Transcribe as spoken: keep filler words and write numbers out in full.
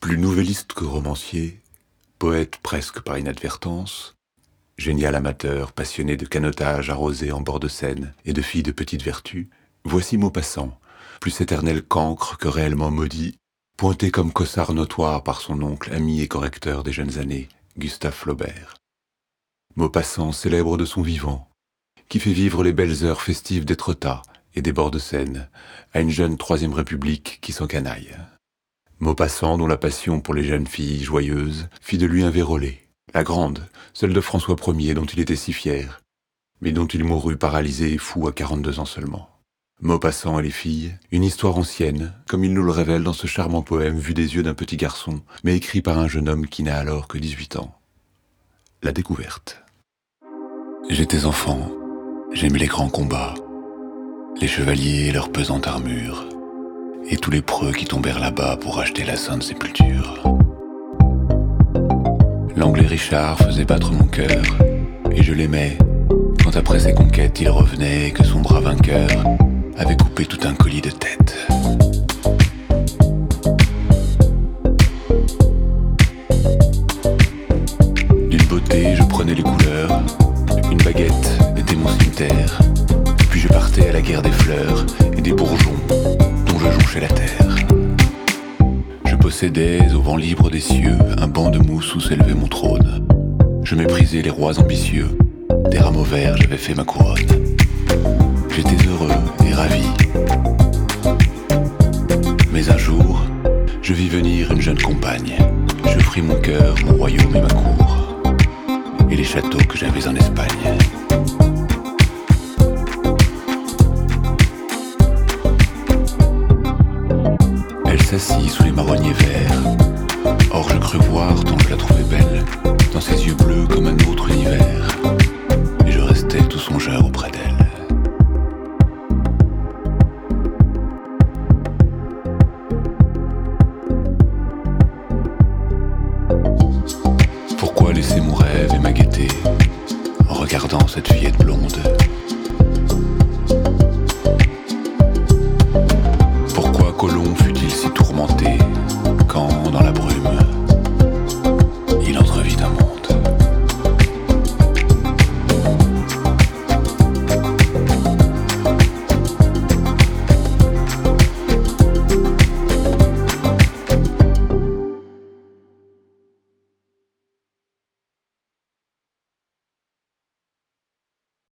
Plus nouvelliste que romancier, poète presque par inadvertance, génial amateur passionné de canotage arrosé en bord de Seine et de filles de petite vertu, voici Maupassant, plus éternel cancre que réellement maudit, pointé comme cossard notoire par son oncle, ami et correcteur des jeunes années, Gustave Flaubert. Maupassant célèbre de son vivant, qui fait vivre les belles heures festives d'Étretat et des bords de Seine à une jeune Troisième République qui s'encanaille. Maupassant dont la passion pour les jeunes filles joyeuses fit de lui un vérolé, la grande, celle de François Ier dont il était si fier, mais dont il mourut paralysé et fou à quarante-deux ans seulement. Maupassant et les filles, une histoire ancienne, comme il nous le révèle dans ce charmant poème vu des yeux d'un petit garçon, mais écrit par un jeune homme qui n'a alors que dix-huit ans. La découverte. J'étais enfant, j'aimais les grands combats, les chevaliers et leur pesante armure, et tous les preux qui tombèrent là-bas pour acheter la sainte sépulture. L'anglais Richard faisait battre mon cœur, et je l'aimais, quand après ses conquêtes il revenait et que son bras vainqueur avait coupé tout un colis de tête. D'une beauté je prenais les couleurs, une baguette était mon cimetière, puis je partais à la guerre des fleurs et des bourgeons dont je jonchais la terre. Je possédais au vent libre des cieux un banc de mousse où s'élevait mon trône. Je méprisais les rois ambitieux, des rameaux verts j'avais fait ma couronne. J'étais heureux et ravi. Mais un jour, je vis venir une jeune compagne. J'offris mon cœur, mon royaume et ma cour, et les châteaux que j'avais en Espagne. Elle s'assit sous les marronniers verts. Or je crus voir, tant je la trouvais belle, dans ses yeux bleus comme un autre univers, et je restais tout songeur auprès d'elle. Pourquoi laisser mon rêve et ma gaieté en regardant cette fillette blonde